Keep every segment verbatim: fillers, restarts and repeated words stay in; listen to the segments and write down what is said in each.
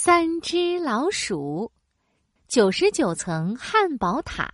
三只老鼠，九十九层汉堡塔。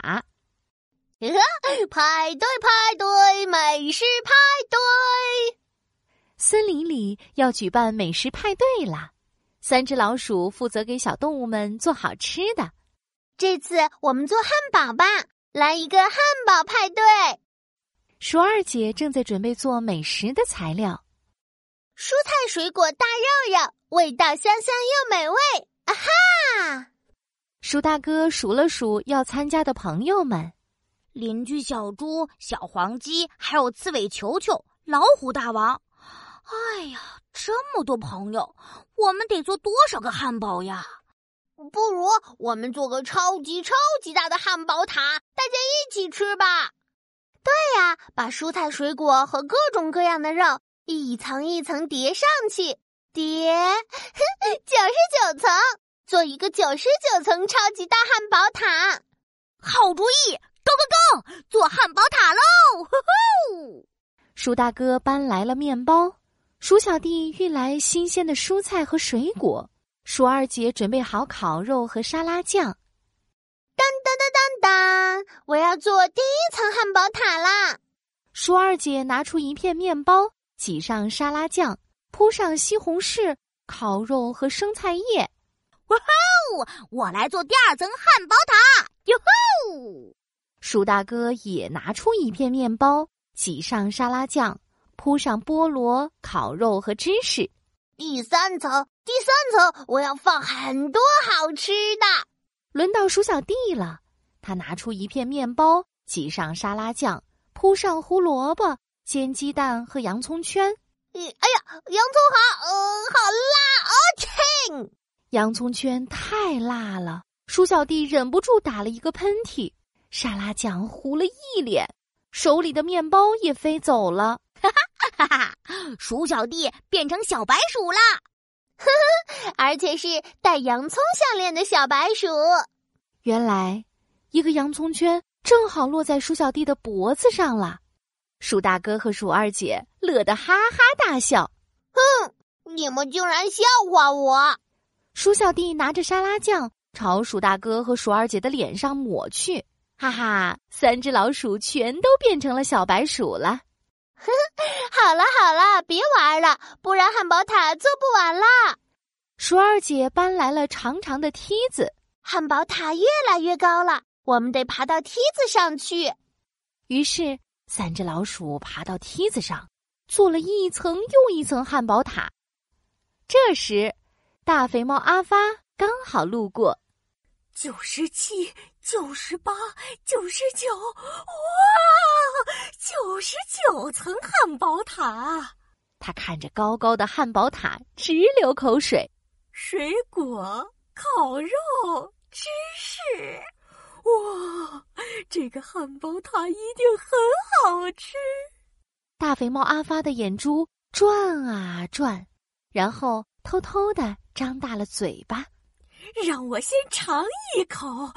派对派对，美食派对！ 森林里要举办美食派对啦！三只老鼠负责给小动物们做好吃的。 这次我们做汉堡吧，来一个汉堡派对。 鼠二姐正在准备做美食的材料， 蔬菜水果大肉肉，味道香香又美味。啊哈！ 鼠大哥数了数要参加的朋友们。 邻居小猪、小黄鸡，还有刺猬球球、老虎大王。哎呀，这么多朋友，我们得做多少个汉堡呀？ 不如我们做个超级超级大的汉堡塔，大家一起吃吧。对呀，把蔬菜水果和各种各样的肉一层一层叠上去，叠九十九层，做一个九十九层超级大汉堡塔。 好主意！Go go go！ 做汉堡塔喽！呼呼！ 鼠大哥搬来了面包，鼠小弟运来新鲜的蔬菜和水果，鼠二姐准备好烤肉和沙拉酱。 当当当当当！我要做第一层汉堡塔啦！ 鼠二姐拿出一片面包，挤上沙拉酱，铺上西红柿、烤肉和生菜叶。 哇吼！我来做第二层汉堡塔！哟吼！ 鼠大哥也拿出一片面包，挤上沙拉酱，铺上菠萝、烤肉和芝士。 第三层，第三层，我要放很多好吃的。 轮到鼠小弟了，他拿出一片面包，挤上沙拉酱，铺上胡萝卜、煎鸡蛋和洋葱圈。 哎呀，洋葱好，呃，好辣哦！天， 洋葱圈太辣了，鼠小弟忍不住打了一个喷嚏。沙拉酱糊了一脸，手里的面包也飞走了。 哈哈哈哈！鼠小弟变成小白鼠啦！ 呵呵，而且是戴洋葱项链的小白鼠。 原来，一个洋葱圈正好落在鼠小弟的脖子上了。鼠大哥和鼠二姐乐得哈哈大笑。 哼，你们竟然笑话我！ 鼠小弟拿着沙拉酱朝鼠大哥和鼠二姐的脸上抹去。哈哈，三只老鼠全都变成了小白鼠了。 呵呵，好了好了，别玩了，不然汉堡塔做不完啦。 鼠二姐搬来了长长的梯子， 汉堡塔越来越高了，我们得爬到梯子上去。 于是，三只老鼠爬到梯子上，做了一层又一层汉堡塔。这时，大肥猫阿发刚好路过。 九十七。九十八，九十九，哇！九十九层汉堡塔。 他看着高高的汉堡塔，直流口水。 水果、烤肉、芝士，哇！这个汉堡塔一定很好吃。 大肥猫阿发的眼珠转啊转，然后偷偷地张大了嘴巴。 让我先尝一口啊！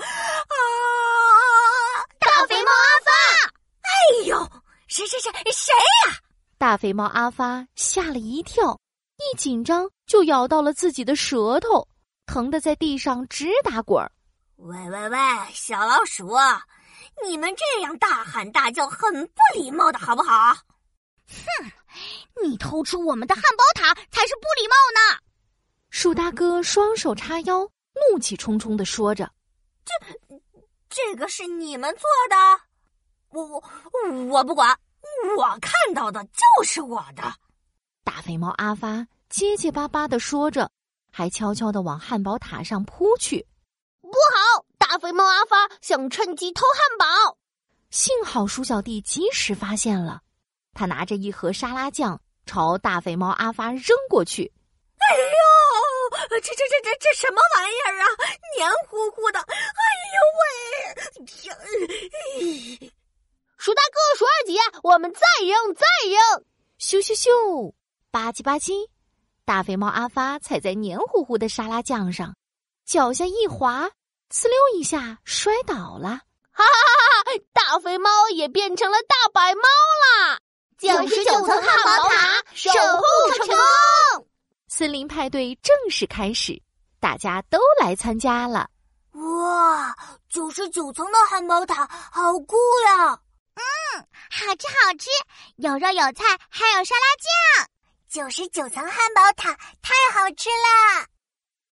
大肥猫阿发！ 哎呦，谁谁谁谁呀、啊？ 大肥猫阿发吓了一跳，一紧张就咬到了自己的舌头，疼得在地上直打滚。 喂喂喂，小老鼠，你们这样大喊大叫很不礼貌的，好不好？哼，你偷吃我们的汉堡塔才是不礼貌呢！ 鼠大哥双手叉腰，怒气冲冲地说着：“ 这，这个是你们做的？我我我不管，我看到的就是我的。” 大肥猫阿发结结巴巴地说着，还悄悄地往汉堡塔上扑去。 不好！大肥猫阿发想趁机偷汉堡。 幸好鼠小弟及时发现了，他拿着一盒沙拉酱朝大肥猫阿发扔过去。 哎呦，这这这这这什么玩意儿啊！黏糊糊的，哎呦喂！ 鼠大哥、鼠二姐，我们再扔，再扔！ 咻咻咻，吧唧吧唧，大肥猫阿发踩在黏糊糊的沙拉酱上，脚下一滑，呲溜一下摔倒了。 哈哈哈哈！大肥猫也变成了大白猫啦！九十九层汉堡塔，守护成功！ 森林派对正式开始， 大家都来参加了。 哇，九十九层的汉堡塔，好酷呀！ 嗯，好吃好吃，有肉有菜，还有沙拉酱。 九十九层汉堡塔太好吃了。